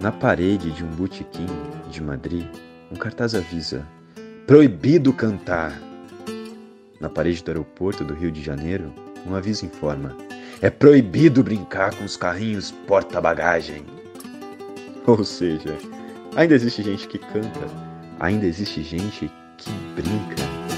Na parede de um botequim de Madrid, um cartaz avisa: proibido cantar. Na parede do aeroporto do Rio de Janeiro, um aviso informa: é proibido brincar com os carrinhos porta-bagagem. Ou seja, ainda existe gente que canta, ainda existe gente que brinca.